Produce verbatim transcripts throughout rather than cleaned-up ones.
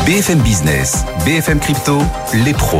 B F M Business, B F M Crypto, les pros.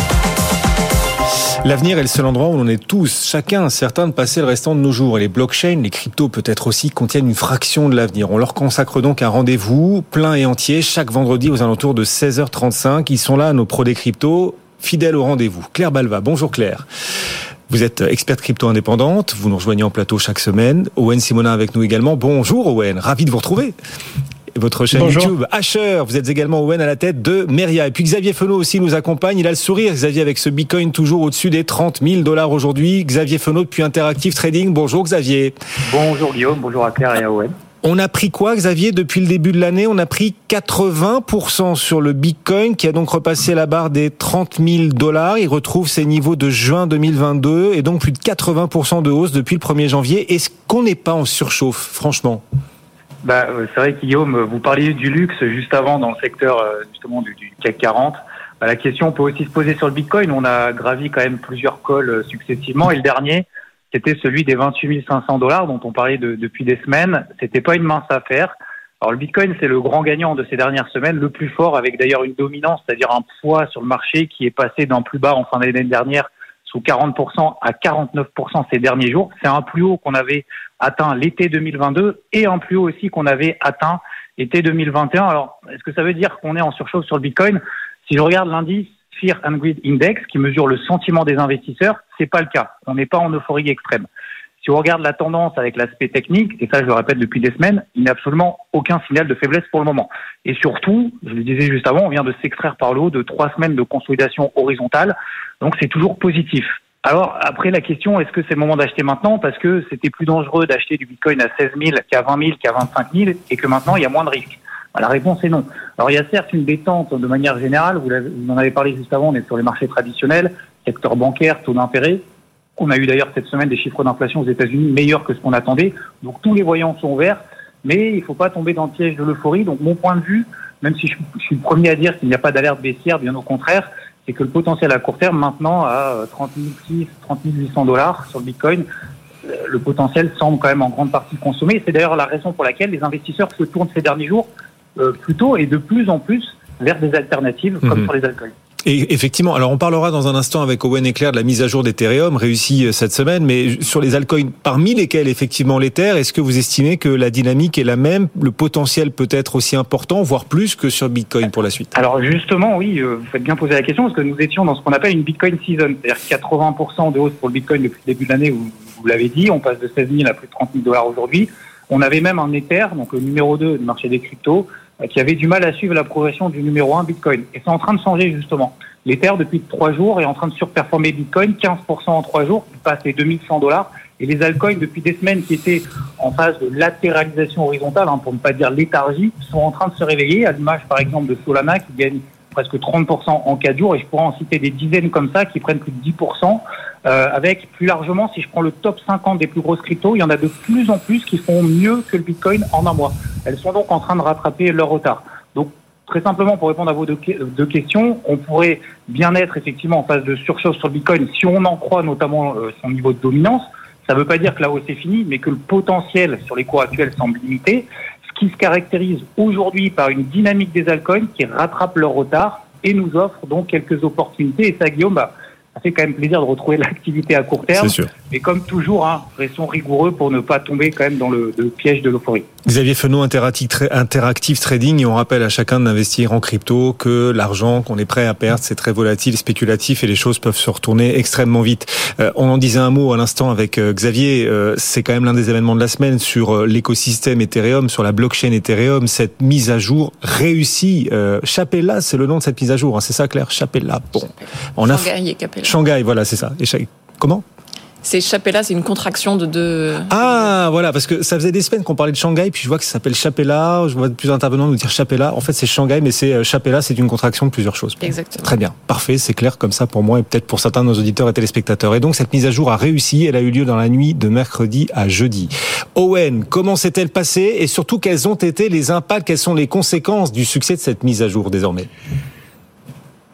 L'avenir est le seul endroit où on est tous, chacun, certain de passer le restant de nos jours. Et les blockchains, les cryptos peut-être aussi, contiennent une fraction de l'avenir. On leur consacre donc un rendez-vous plein et entier chaque vendredi aux alentours de seize heures trente-cinq. Ils sont là, nos pros des cryptos, fidèles au rendez-vous. Claire Balva, bonjour Claire. Vous êtes experte crypto indépendante, vous nous rejoignez en plateau chaque semaine. Owen Simonin avec nous également. Bonjour Owen, ravi de vous retrouver. Votre chaîne Bonjour. YouTube, Asher, vous êtes également Owen à la tête de Meria. Et puis Xavier Fenot aussi nous accompagne, il a le sourire, Xavier, avec ce Bitcoin toujours au-dessus des trente mille dollars aujourd'hui. Xavier Fenot depuis Interactive Trading, bonjour Xavier. Bonjour Guillaume, bonjour à Claire et à Owen. On a pris quoi Xavier depuis le début de l'année? On a pris quatre-vingts pour cent sur le Bitcoin qui a donc repassé la barre des trente mille dollars. Il retrouve ses niveaux de juin deux mille vingt-deux et donc plus de quatre-vingts pour cent de hausse depuis le premier janvier. Est-ce qu'on n'est pas en surchauffe, franchement? Bah, c'est vrai, Guillaume, vous parliez du luxe juste avant dans le secteur justement du, du C A C quarante. Bah, la question peut aussi se poser sur le Bitcoin. On a gravi quand même plusieurs cols successivement et le dernier, c'était celui des vingt-huit mille cinq cents dollars dont on parlait de, depuis des semaines. C'était pas une mince affaire. Alors le Bitcoin, c'est le grand gagnant de ces dernières semaines, le plus fort, avec d'ailleurs une dominance, c'est-à-dire un poids sur le marché qui est passé d'un plus bas en fin d'année dernière sous quarante pour cent à quarante-neuf pour cent ces derniers jours. C'est un plus haut qu'on avait atteint l'été deux mille vingt-deux et un plus haut aussi qu'on avait atteint été deux mille vingt et un. Alors, est-ce que ça veut dire qu'on est en surchauffe sur le Bitcoin? Si je regarde l'indice Fear and Greed Index, qui mesure le sentiment des investisseurs, c'est pas le cas. On n'est pas en euphorie extrême. Si on regarde la tendance avec l'aspect technique, et ça je le répète depuis des semaines, il n'y a absolument aucun signal de faiblesse pour le moment. Et surtout, je le disais juste avant, on vient de s'extraire par le haut de trois semaines de consolidation horizontale, donc c'est toujours positif. Alors après la question, est-ce que c'est le moment d'acheter maintenant? Parce que c'était plus dangereux d'acheter du Bitcoin à seize mille qu'à vingt mille, qu'à vingt-cinq mille, et que maintenant il y a moins de risques. La réponse est non. Alors il y a certes une détente de manière générale, vous, vous en avez parlé juste avant, on est sur les marchés traditionnels, secteur bancaire, taux d'intérêt. On a eu d'ailleurs cette semaine des chiffres d'inflation aux États-Unis meilleurs que ce qu'on attendait. Donc tous les voyants sont verts, mais il ne faut pas tomber dans le piège de l'euphorie. Donc mon point de vue, même si je, je suis le premier à dire qu'il n'y a pas d'alerte baissière, bien au contraire, c'est que le potentiel à court terme, maintenant à trente mille six cents, trente mille huit cents dollars sur le Bitcoin, le potentiel semble quand même en grande partie consommé. C'est d'ailleurs la raison pour laquelle les investisseurs se tournent ces derniers jours euh, plutôt et de plus en plus vers des alternatives mmh. comme sur les altcoins. Et effectivement, alors on parlera dans un instant avec Owen et Claire de la mise à jour d'Ethereum réussie cette semaine, mais sur les altcoins, parmi lesquels effectivement l'Ether, est-ce que vous estimez que la dynamique est la même, le potentiel peut être aussi important, voire plus que sur Bitcoin pour la suite? Alors justement, oui, vous faites bien poser la question, parce que nous étions dans ce qu'on appelle une Bitcoin season, c'est-à-dire quatre-vingts pour cent de hausse pour le Bitcoin depuis le début de l'année, vous, vous l'avez dit, on passe de seize mille à plus de trente mille dollars aujourd'hui. On avait même un Ether, donc le numéro deux du marché des cryptos, qui avait du mal à suivre la progression du numéro un Bitcoin. Et c'est en train de changer justement. L'Ether, depuis trois jours, est en train de surperformer Bitcoin, quinze pour cent en trois jours, il passe les deux mille cent dollars. Et les altcoins, depuis des semaines, qui étaient en phase de latéralisation horizontale, hein, pour ne pas dire léthargie, sont en train de se réveiller, à l'image par exemple de Solana, qui gagne presque trente pour cent en quatre jours, et je pourrais en citer des dizaines comme ça, qui prennent plus de dix pour cent. Euh, avec plus largement, si je prends le top cinquante des plus grosses cryptos, il y en a de plus en plus qui font mieux que le Bitcoin en un mois. Elles sont donc en train de rattraper leur retard. Donc, très simplement, pour répondre à vos deux, deux questions, on pourrait bien être effectivement en phase de surchauffe sur le Bitcoin si on en croit notamment euh, son niveau de dominance. Ça ne veut pas dire que la hausse est finie, mais que le potentiel sur les cours actuels semble limité, ce qui se caractérise aujourd'hui par une dynamique des altcoins qui rattrape leur retard et nous offre donc quelques opportunités. Et ça, Guillaume, bah, ça fait quand même plaisir de retrouver l'activité à court terme. C'est sûr. Mais comme toujours, hein, restons rigoureux pour ne pas tomber quand même dans le, le piège de l'euphorie. Xavier Fenot, Interactive Trading, et on rappelle à chacun d'investir en crypto que l'argent qu'on est prêt à perdre, c'est très volatile, spéculatif, et les choses peuvent se retourner extrêmement vite. Euh, on en disait un mot à l'instant avec euh, Xavier, euh, c'est quand même l'un des événements de la semaine sur euh, l'écosystème Ethereum, sur la blockchain Ethereum, cette mise à jour réussie. Euh, Chapella, c'est le nom de cette mise à jour, hein, c'est ça Claire? Chapella. Bon, on a Shanghai et Capella. Shanghai, voilà, c'est ça. Et Ch... Comment? C'est Chapella, c'est une contraction de deux... Ah, voilà, parce que ça faisait des semaines qu'on parlait de Shanghai, puis je vois que ça s'appelle Chapella, je vois de plus d'intervenants nous dire Chapella. En fait, c'est Shanghai, mais c'est Chapella, c'est une contraction de plusieurs choses. Exactement. Très bien, parfait, c'est clair comme ça pour moi et peut-être pour certains de nos auditeurs et téléspectateurs. Et donc, cette mise à jour a réussi, elle a eu lieu dans la nuit de mercredi à jeudi. Owen, comment s'est-elle passée et surtout, quels ont été les impacts, quelles sont les conséquences du succès de cette mise à jour désormais ?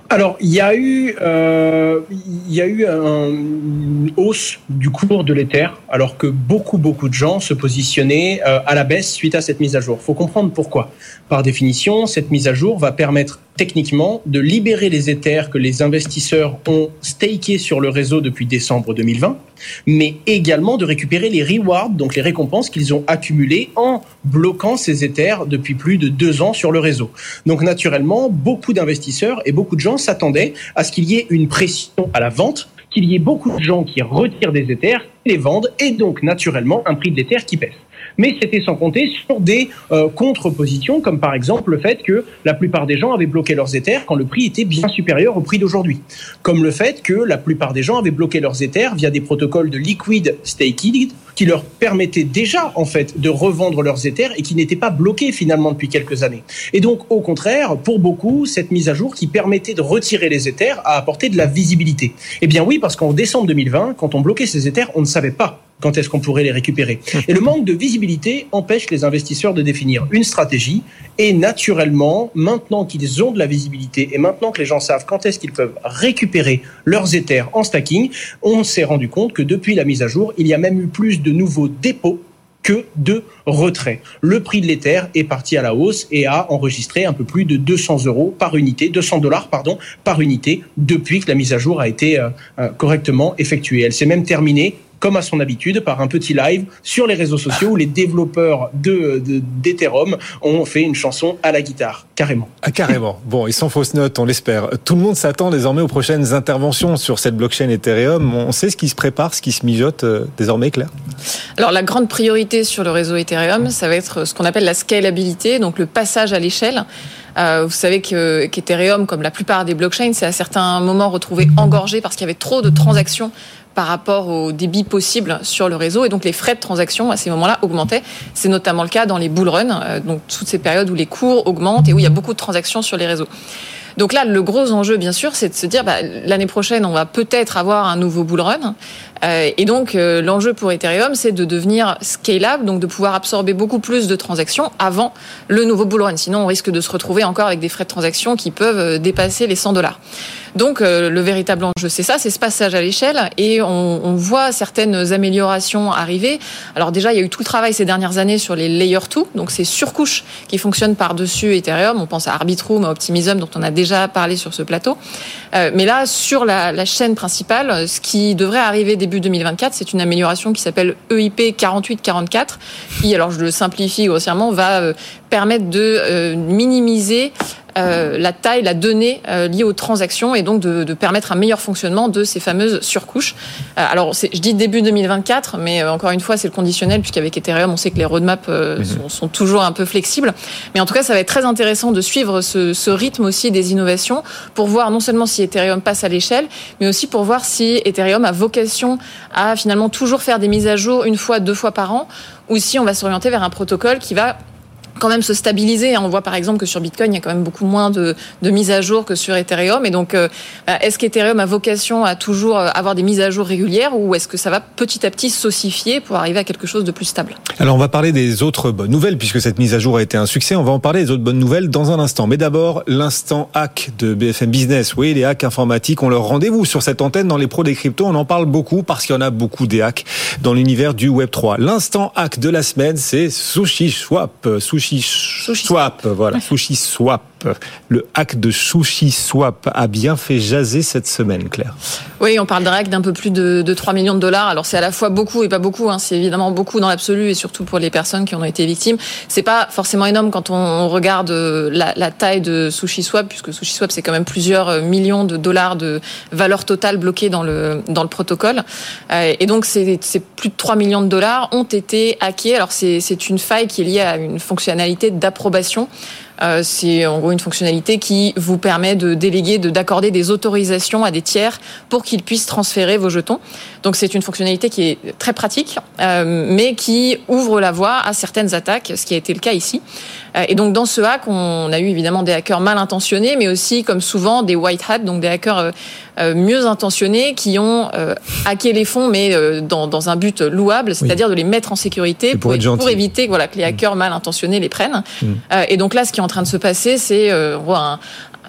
Alors, il y a eu, euh, il y a eu un, une hausse du cours de l'Ether, alors que beaucoup, beaucoup de gens se positionnaient euh, à la baisse suite à cette mise à jour. Il faut comprendre pourquoi. Par définition, cette mise à jour va permettre techniquement de libérer les Ethers que les investisseurs ont stakés sur le réseau depuis décembre deux mille vingt, mais également de récupérer les rewards, donc les récompenses qu'ils ont accumulées en bloquant ces Ethers depuis plus de deux ans sur le réseau. Donc naturellement, beaucoup d'investisseurs et beaucoup de gens s'attendaient à ce qu'il y ait une pression à la vente, qu'il y ait beaucoup de gens qui retirent des Ethers, les vendent, et donc naturellement un prix de l'Ether qui baisse. Mais c'était sans compter sur des euh, contre-positions, comme par exemple le fait que la plupart des gens avaient bloqué leurs Ethers quand le prix était bien supérieur au prix d'aujourd'hui. Comme le fait que la plupart des gens avaient bloqué leurs Ethers via des protocoles de liquid staking qui leur permettaient déjà en fait de revendre leurs Ethers et qui n'étaient pas bloqués finalement depuis quelques années. Et donc au contraire, pour beaucoup, cette mise à jour qui permettait de retirer les Ethers a apporté de la visibilité. Eh bien oui, parce qu'en décembre deux mille vingt, quand on bloquait ces Ethers, on ne savait pas quand est-ce qu'on pourrait les récupérer. Et le manque de visibilité empêche les investisseurs de définir une stratégie. Et naturellement, maintenant qu'ils ont de la visibilité et maintenant que les gens savent quand est-ce qu'ils peuvent récupérer leurs Ethers en stacking, on s'est rendu compte que depuis la mise à jour, il y a même eu plus de nouveaux dépôts que de retraits. Le prix de l'Ether est parti à la hausse et a enregistré un peu plus de deux cents euros par unité, deux cents dollars pardon, par unité depuis que la mise à jour a été euh, euh, correctement effectuée. Elle s'est même terminée, comme à son habitude, par un petit live sur les réseaux sociaux où les développeurs de, de, d'Ethereum ont fait une chanson à la guitare, carrément. Ah, carrément. Bon, et sans fausse note, on l'espère. Tout le monde s'attend désormais aux prochaines interventions sur cette blockchain Ethereum. On sait ce qui se prépare, ce qui se mijote euh, désormais, Claire ? Alors, la grande priorité sur le réseau Ethereum, ça va être ce qu'on appelle la scalabilité, donc le passage à l'échelle. Euh, vous savez que, qu'Ethereum, comme la plupart des blockchains, s'est à certains moments retrouvé engorgé parce qu'il y avait trop de transactions par rapport au débit possible sur le réseau, et donc les frais de transaction à ces moments-là augmentaient. C'est notamment le cas dans les bull runs, euh, donc toutes ces périodes où les cours augmentent et où il y a beaucoup de transactions sur les réseaux. Donc là, le gros enjeu, bien sûr, c'est de se dire, bah, l'année prochaine, on va peut-être avoir un nouveau bull run. Euh, et donc, euh, l'enjeu pour Ethereum, c'est de devenir scalable, donc de pouvoir absorber beaucoup plus de transactions avant le nouveau bull run. Sinon, on risque de se retrouver encore avec des frais de transaction qui peuvent dépasser les cent dollars. Donc, euh, le véritable enjeu, c'est ça, c'est ce passage à l'échelle. Et on, on voit certaines améliorations arriver. Alors déjà, il y a eu tout le travail ces dernières années sur les layer deux, donc ces surcouches qui fonctionnent par-dessus Ethereum. On pense à Arbitrum, à Optimism, dont on a déjà parlé sur ce plateau. Euh, mais là, sur la, la chaîne principale, ce qui devrait arriver début deux mille vingt-quatre, c'est une amélioration qui s'appelle E I P quarante-huit quarante-quatre, qui, alors je le simplifie grossièrement, va euh, permettre de euh, minimiser Euh, la taille, la donnée euh, liée aux transactions, et donc de, de permettre un meilleur fonctionnement de ces fameuses surcouches. Euh, alors, c'est, je dis début deux mille vingt-quatre, mais euh, encore une fois, c'est le conditionnel, puisqu'avec Ethereum, on sait que les roadmaps euh, mmh. sont, sont toujours un peu flexibles. Mais en tout cas, ça va être très intéressant de suivre ce, ce rythme aussi des innovations pour voir non seulement si Ethereum passe à l'échelle, mais aussi pour voir si Ethereum a vocation à finalement toujours faire des mises à jour une fois, deux fois par an, ou si on va s'orienter vers un protocole qui va quand même se stabiliser. On voit par exemple que sur Bitcoin, il y a quand même beaucoup moins de, de mises à jour que sur Ethereum. Et donc, euh, est-ce qu'Ethereum a vocation à toujours avoir des mises à jour régulières, ou est-ce que ça va petit à petit s'ossifier pour arriver à quelque chose de plus stable ? Alors, on va parler des autres bonnes nouvelles, puisque cette mise à jour a été un succès. On va en parler des autres bonnes nouvelles dans un instant. Mais d'abord, l'instant hack de B F M Business. Oui, les hacks informatiques ont leur rendez-vous sur cette antenne dans les pros des cryptos. On en parle beaucoup parce qu'il y en a beaucoup des hacks dans l'univers du Web trois. L'instant hack de la semaine, c'est SushiSwap. Sushi Swap, voilà, SushiSwap. Le hack de SushiSwap a bien fait jaser cette semaine, Claire. Oui, on parle d'un hack d'un peu plus de, de trois millions de dollars. Alors, c'est à la fois beaucoup et pas beaucoup, hein. C'est évidemment beaucoup dans l'absolu, et surtout pour les personnes qui en ont été victimes. C'est pas forcément énorme quand on regarde la, la taille de SushiSwap, puisque SushiSwap, c'est quand même plusieurs millions de dollars de valeur totale bloquée dans le, dans le protocole. Et donc, c'est, c'est plus de trois millions de dollars ont été hackés. Alors, c'est, c'est une faille qui est liée à une fonctionnalité d'approbation. Euh, c'est en gros une fonctionnalité qui vous permet de déléguer, de, d'accorder des autorisations à des tiers pour qu'ils puissent transférer vos jetons. Donc c'est une fonctionnalité qui est très pratique, euh, mais qui ouvre la voie à certaines attaques, ce qui a été le cas ici. Euh, et donc dans ce hack, on a eu évidemment des hackers mal intentionnés, mais aussi, comme souvent, des white hats, donc des hackers euh, euh, mieux intentionnés qui ont euh, hacké les fonds, mais euh, dans, dans un but louable, c'est-à-dire oui. de les mettre en sécurité pour, pour, pour éviter voilà, que les hackers mal intentionnés les prennent. Mmh. Euh, et donc là, ce qui est en train de se passer, c'est euh, un,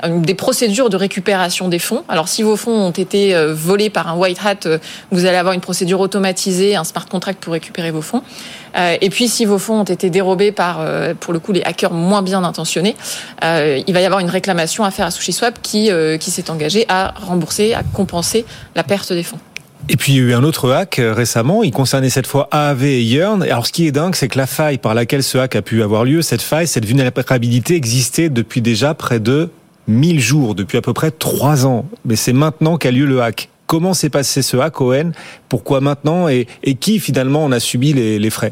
des procédures de récupération des fonds. Alors, si vos fonds ont été volés par un white hat, vous allez avoir une procédure automatisée, un smart contract pour récupérer vos fonds. Et puis, si vos fonds ont été dérobés par, pour le coup, les hackers moins bien intentionnés, il va y avoir une réclamation à faire à SushiSwap qui, qui s'est engagé à rembourser, à compenser la perte des fonds. Et puis il y a eu un autre hack récemment, il concernait cette fois A A V et Yearn. Alors ce qui est dingue, c'est que la faille par laquelle ce hack a pu avoir lieu, cette faille, cette vulnérabilité existait depuis déjà près de mille jours, depuis à peu près trois ans. Mais c'est maintenant qu'a lieu le hack. Comment s'est passé ce hack, Owen ? Pourquoi maintenant ? et, et qui finalement en a subi les, les frais ?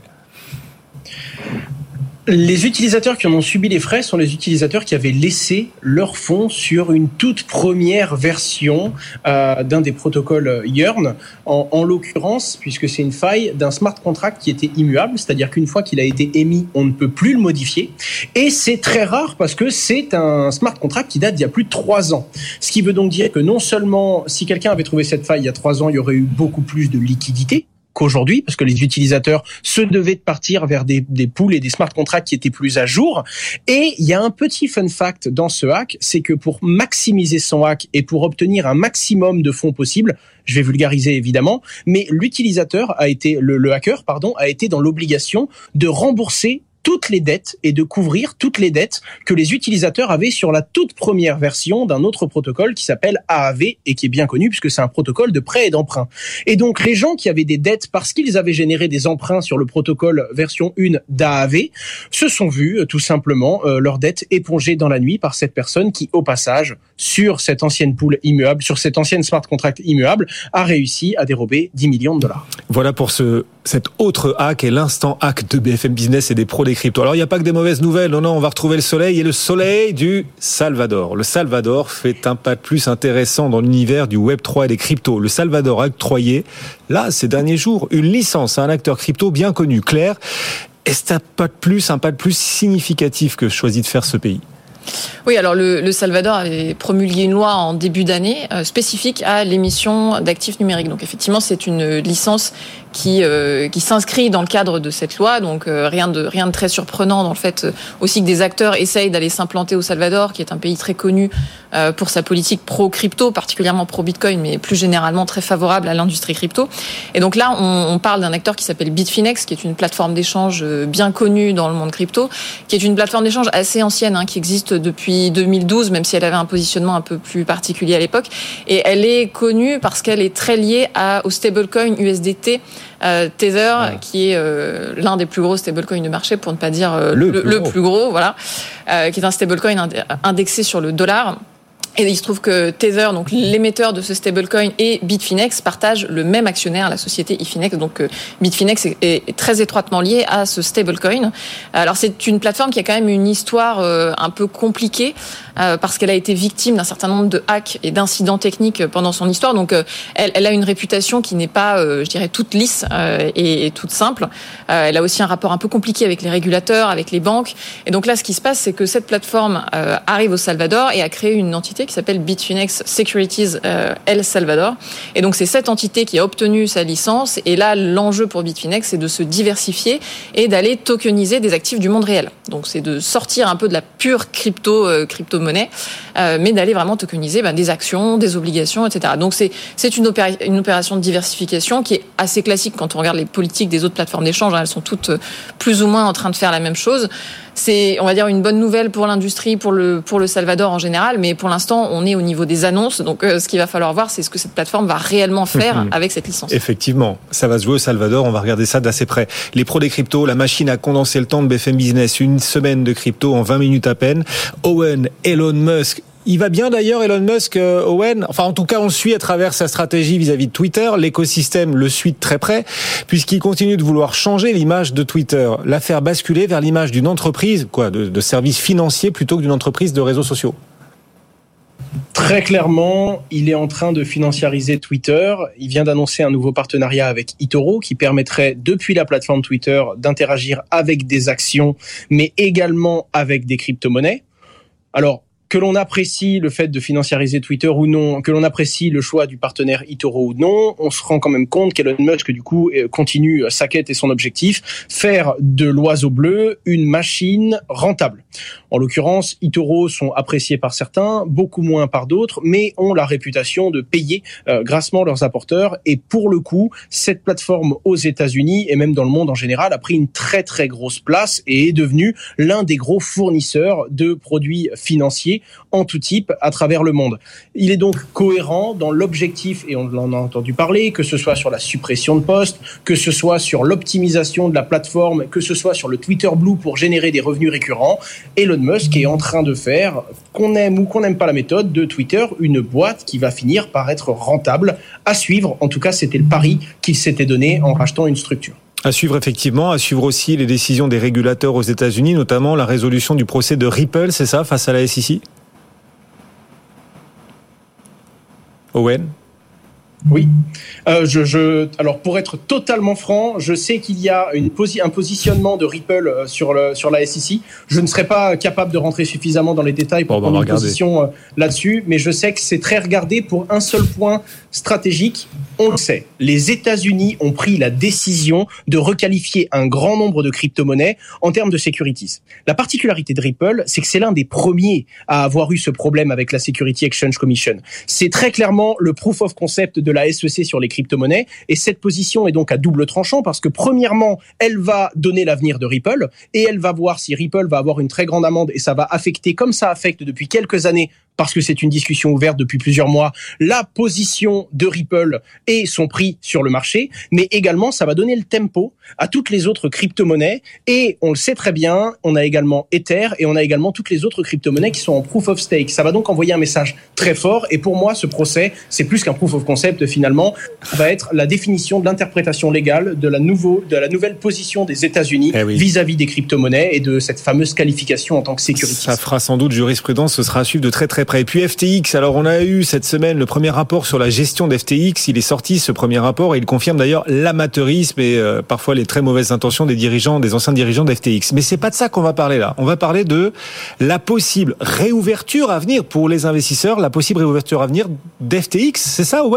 Les utilisateurs qui en ont subi les frais sont les utilisateurs qui avaient laissé leurs fonds sur une toute première version euh, d'un des protocoles Yearn, en, en l'occurrence, puisque c'est une faille d'un smart contract qui était immuable, c'est-à-dire qu'une fois qu'il a été émis, on ne peut plus le modifier. Et c'est très rare parce que c'est un smart contract qui date d'il y a plus de trois ans. Ce qui veut donc dire que non seulement, si quelqu'un avait trouvé cette faille il y a trois ans, il y aurait eu beaucoup plus de liquidités qu'aujourd'hui, parce que les utilisateurs se devaient de partir vers des, des pools et des smart contracts qui étaient plus à jour. Et il y a un petit fun fact dans ce hack, c'est que pour maximiser son hack et pour obtenir un maximum de fonds possible, je vais vulgariser évidemment, mais l'utilisateur a été, le, le hacker, pardon, a été dans l'obligation de rembourser toutes les dettes et de couvrir toutes les dettes que les utilisateurs avaient sur la toute première version d'un autre protocole qui s'appelle A A V et qui est bien connu puisque c'est un protocole de prêt et d'emprunt. Et donc les gens qui avaient des dettes parce qu'ils avaient généré des emprunts sur le protocole version un d'A A V se sont vus tout simplement euh, leurs dettes épongées dans la nuit par cette personne qui au passage sur cette ancienne pool immuable, sur cette ancienne smart contract immuable a réussi à dérober dix millions de dollars. Voilà pour ce cet autre hack et l'instant hack de B F M Business et des pros des cryptos. Alors il n'y a pas que des mauvaises nouvelles, non non, on va retrouver le soleil et le soleil du Salvador. Le Salvador fait un pas de plus intéressant dans l'univers du web trois et des cryptos. Le Salvador a octroyé, là, ces derniers jours, une licence à un acteur crypto bien connu. Claire, est-ce un pas de plus, un pas de plus significatif que choisit de faire ce pays ? Oui, alors le, le Salvador avait promulgué une loi en début d'année euh, spécifique à l'émission d'actifs numériques. Donc effectivement, c'est une licence qui euh, qui s'inscrit dans le cadre de cette loi. Donc euh, rien de rien de très surprenant dans le fait euh, aussi que des acteurs essayent d'aller s'implanter au Salvador, qui est un pays très connu euh, pour sa politique pro-crypto, particulièrement pro-Bitcoin, mais plus généralement très favorable à l'industrie crypto. Et donc là, on, on parle d'un acteur qui s'appelle Bitfinex, qui est une plateforme d'échange bien connue dans le monde crypto, qui est une plateforme d'échange assez ancienne, hein, qui existe depuis deux mille douze, même si elle avait un positionnement un peu plus particulier à l'époque. Et elle est connue parce qu'elle est très liée à, au stablecoin U S D T euh, Tether, ouais. qui est euh, l'un des plus gros stablecoins de marché, pour ne pas dire euh, le, le, plus, le gros. plus gros, voilà, euh, qui est un stablecoin indexé sur le dollar. Et il se trouve que Tether, donc l'émetteur de ce stablecoin, et Bitfinex partagent le même actionnaire, la société Efinex. Donc Bitfinex est, est très étroitement lié à ce stablecoin. Alors c'est une plateforme qui a quand même une histoire euh, un peu compliquée euh, parce qu'elle a été victime d'un certain nombre de hacks et d'incidents techniques pendant son histoire. Donc euh, elle, elle a une réputation qui n'est pas, euh, je dirais, toute lisse euh, et, et toute simple. Euh, elle a aussi un rapport un peu compliqué avec les régulateurs, avec les banques. Et donc là, ce qui se passe, c'est que cette plateforme euh, arrive au Salvador et a créé une entité qui s'appelle Bitfinex Securities euh, El Salvador. Et donc, c'est cette entité qui a obtenu sa licence. Et là, l'enjeu pour Bitfinex, c'est de se diversifier et d'aller tokeniser des actifs du monde réel. Donc, c'est de sortir un peu de la pure crypto, euh, crypto-monnaie, euh, mais d'aller vraiment tokeniser ben, des actions, des obligations, et cetera. Donc, c'est, c'est une, opéra- une opération de diversification qui est assez classique quand on regarde les politiques des autres plateformes d'échange. Hein, elles sont toutes plus ou moins en train de faire la même chose. C'est, on va dire, une bonne nouvelle pour l'industrie, pour le, pour le Salvador en général, mais pour l'instant, on est au niveau des annonces. Donc, euh, ce qu'il va falloir voir, c'est ce que cette plateforme va réellement faire mmh. avec cette licence. Effectivement, ça va se jouer au Salvador. On va regarder ça d'assez près. Les pros des cryptos, la machine a condensé le temps de B F M Business. Une semaine de crypto en vingt minutes à peine. Owen, Elon Musk. Il va bien d'ailleurs, Elon Musk, euh, Owen. Enfin, en tout cas, on le suit à travers sa stratégie vis-à-vis de Twitter. L'écosystème le suit de très près, puisqu'il continue de vouloir changer l'image de Twitter, la faire basculer vers l'image d'une entreprise, quoi, de, de services financiers plutôt que d'une entreprise de réseaux sociaux. Très clairement, il est en train de financiariser Twitter. Il vient d'annoncer un nouveau partenariat avec eToro qui permettrait, depuis la plateforme Twitter, d'interagir avec des actions, mais également avec des crypto-monnaies. Alors, que l'on apprécie le fait de financiariser Twitter ou non, que l'on apprécie le choix du partenaire eToro ou non, on se rend quand même compte qu'Elon Musk, du coup, continue sa quête et son objectif, faire de l'oiseau bleu une machine rentable. En l'occurrence, eToro sont appréciés par certains, beaucoup moins par d'autres, mais ont la réputation de payer euh, grassement leurs apporteurs. Et pour le coup, cette plateforme aux États-Unis et même dans le monde en général a pris une très très grosse place et est devenue l'un des gros fournisseurs de produits financiers en tout type à travers le monde. Il est donc cohérent dans l'objectif, et on en a entendu parler, que ce soit sur la suppression de postes, que ce soit sur l'optimisation de la plateforme, que ce soit sur le Twitter Blue pour générer des revenus récurrents. Elon Musk est en train de faire, qu'on aime ou qu'on n'aime pas la méthode, de Twitter une boîte qui va finir par être rentable à suivre. En tout cas, c'était le pari qu'il s'était donné en rachetant une structure. À suivre effectivement, à suivre aussi les décisions des régulateurs aux États-Unis, notamment la résolution du procès de Ripple, c'est ça, face à la S E C? Owen? Oui. Euh, je, je, alors, pour être totalement franc, je sais qu'il y a une posi- un positionnement de Ripple sur, le, sur la S E C. Je ne serais pas capable de rentrer suffisamment dans les détails pour bon, prendre une position euh, là-dessus, mais je sais que c'est très regardé pour un seul point stratégique. On le sait, les États-Unis ont pris la décision de requalifier un grand nombre de crypto-monnaies en termes de securities. La particularité de Ripple, c'est que c'est l'un des premiers à avoir eu ce problème avec la Security Exchange Commission. C'est très clairement le proof of concept de la S E C sur les crypto-monnaies, et cette position est donc à double tranchant parce que premièrement, elle va donner l'avenir de Ripple et elle va voir si Ripple va avoir une très grande amende, et ça va affecter, comme ça affecte depuis quelques années, parce que c'est une discussion ouverte depuis plusieurs mois, la position de Ripple et son prix sur le marché, mais également ça va donner le tempo à toutes les autres crypto-monnaies, et on le sait très bien, on a également Ether et on a également toutes les autres crypto-monnaies qui sont en proof of stake. Ça va donc envoyer un message très fort, et pour moi ce procès, c'est plus qu'un proof of concept finalement, va être la définition de l'interprétation légale de la, nouveau, de la nouvelle position des États-Unis eh oui. vis-à-vis des crypto-monnaies et de cette fameuse qualification en tant que sécurité. Ça fera sans doute jurisprudence, ce sera à suivre de très très près. Et puis F T X, alors on a eu cette semaine le premier rapport sur la gestion d'F T X, il est sorti ce premier rapport et il confirme d'ailleurs l'amateurisme et euh, parfois les très mauvaises intentions des dirigeants, des anciens dirigeants d'F T X. Mais c'est pas de ça qu'on va parler là. On va parler de la possible réouverture à venir pour les investisseurs, la possible réouverture à venir d'F T X, c'est ça Owen ?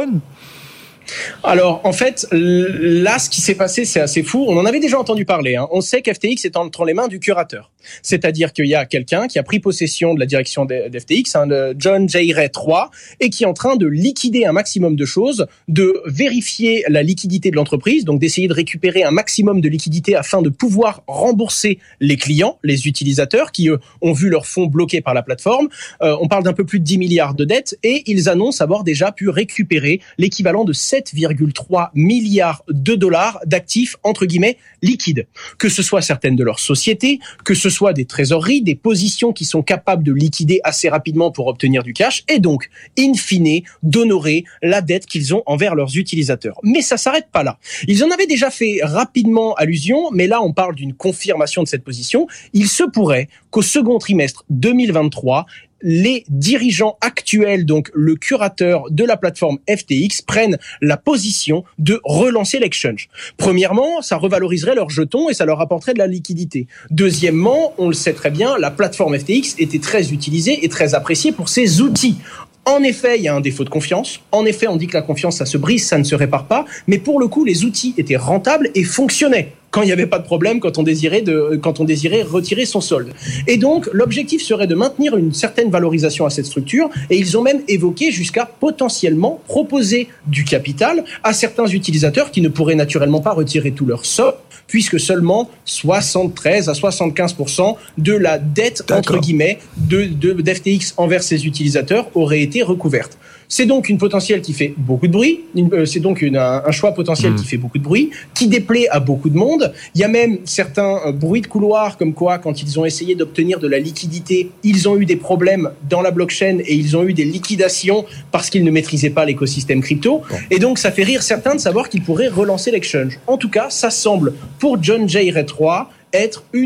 Alors, en fait, là, ce qui s'est passé, c'est assez fou. On en avait déjà entendu parler. Hein. On sait qu'F T X est entre les mains du curateur. C'est-à-dire qu'il y a quelqu'un qui a pris possession de la direction d'F T X, hein, de John J. Ray trois, et qui est en train de liquider un maximum de choses, de vérifier la liquidité de l'entreprise, donc d'essayer de récupérer un maximum de liquidité afin de pouvoir rembourser les clients, les utilisateurs, qui, eux, ont vu leurs fonds bloqués par la plateforme. Euh, on parle d'un peu plus de dix milliards de dettes, et ils annoncent avoir déjà pu récupérer l'équivalent de sept virgule trois milliards de dollars d'actifs, entre guillemets, liquides. Que ce soit certaines de leurs sociétés, que ce soit des trésoreries, des positions qui sont capables de liquider assez rapidement pour obtenir du cash, et donc, in fine, d'honorer la dette qu'ils ont envers leurs utilisateurs. Mais ça s'arrête pas là. Ils en avaient déjà fait rapidement allusion, mais là, on parle d'une confirmation de cette position. Il se pourrait qu'au second trimestre deux mille vingt-trois, les dirigeants actuels, donc le curateur de la plateforme F T X, prennent la position de relancer l'exchange. Premièrement, ça revaloriserait leurs jetons et ça leur apporterait de la liquidité. Deuxièmement, on le sait très bien, la plateforme F T X était très utilisée et très appréciée pour ses outils. En effet, il y a un défaut de confiance. En effet, on dit que la confiance, ça se brise, ça ne se répare pas. Mais pour le coup, les outils étaient rentables et fonctionnaient quand il n'y avait pas de problème, quand on désirait de, quand on désirait retirer son solde. Et donc, l'objectif serait de maintenir une certaine valorisation à cette structure. Et ils ont même évoqué jusqu'à potentiellement proposer du capital à certains utilisateurs qui ne pourraient naturellement pas retirer tout leur solde, puisque seulement soixante-treize à soixante-quinze pour cent de la dette, D'accord. entre guillemets, de, de, d'F T X envers ses utilisateurs aurait été recouverte. C'est donc une potentielle qui fait beaucoup de bruit, une, euh, c'est donc une, un, un choix potentiel mmh. qui fait beaucoup de bruit, qui déplaît à beaucoup de monde. Il y a même certains euh, bruits de couloir, comme quoi, quand ils ont essayé d'obtenir de la liquidité, ils ont eu des problèmes dans la blockchain et ils ont eu des liquidations parce qu'ils ne maîtrisaient pas l'écosystème crypto. Bon. Et donc, ça fait rire certains de savoir qu'ils pourraient relancer l'exchange. En tout cas, ça semble, pour John J. Ray trois, être une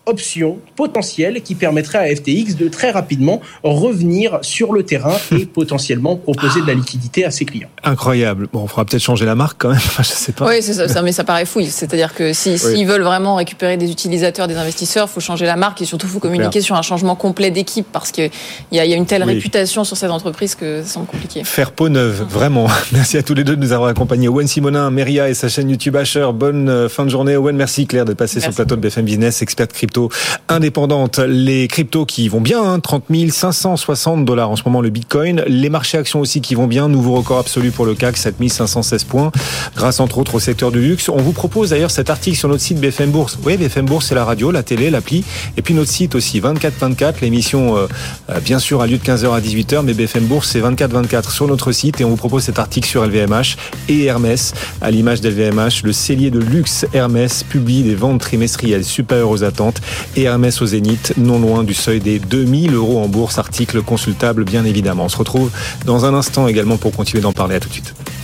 option potentielle qui permettrait à F T X de très rapidement revenir sur le terrain et potentiellement proposer de la liquidité à ses clients. Incroyable. Bon, on fera peut-être changer la marque quand même. Enfin, je sais pas. Oui, c'est ça, ça, mais ça paraît fouille. C'est-à-dire que si, oui. s'ils veulent vraiment récupérer des utilisateurs, des investisseurs, il faut changer la marque et surtout il faut communiquer Claire. sur un changement complet d'équipe parce qu'il y, y a une telle oui. réputation sur cette entreprise que ça semble compliqué. Faire peau neuve, vraiment. Merci à tous les deux de nous avoir accompagnés. Owen Simonin, Meria et sa chaîne YouTube Asher. Bonne fin de journée. Owen, merci Claire d'être passé merci. sur le plateau de B F M Business, experte crypto indépendante. Les cryptos qui vont bien, hein, trente mille cinq cent soixante dollars en ce moment le Bitcoin. Les marchés actions aussi qui vont bien. Nouveau record absolu pour le C A C, sept mille cinq cent seize points, grâce entre autres au secteur du luxe. On vous propose d'ailleurs cet article sur notre site B F M Bourse. Oui, B F M Bourse, c'est la radio, la télé, l'appli, et puis notre site aussi, vingt-quatre vingt-quatre. L'émission, euh, bien sûr, a lieu de quinze heures à dix-huit heures, mais B F M Bourse, c'est vingt-quatre vingt-quatre sur notre site, et on vous propose cet article sur L V M H et Hermès. À l'image d'L V M H, le cellier de luxe Hermès publie des ventes trimestrielles supérieures aux attentes, et Hermès au zénith, non loin du seuil des deux mille euros en bourse. Article consultable, bien évidemment. On se retrouve dans un instant également pour continuer d'en parler. À tout de suite.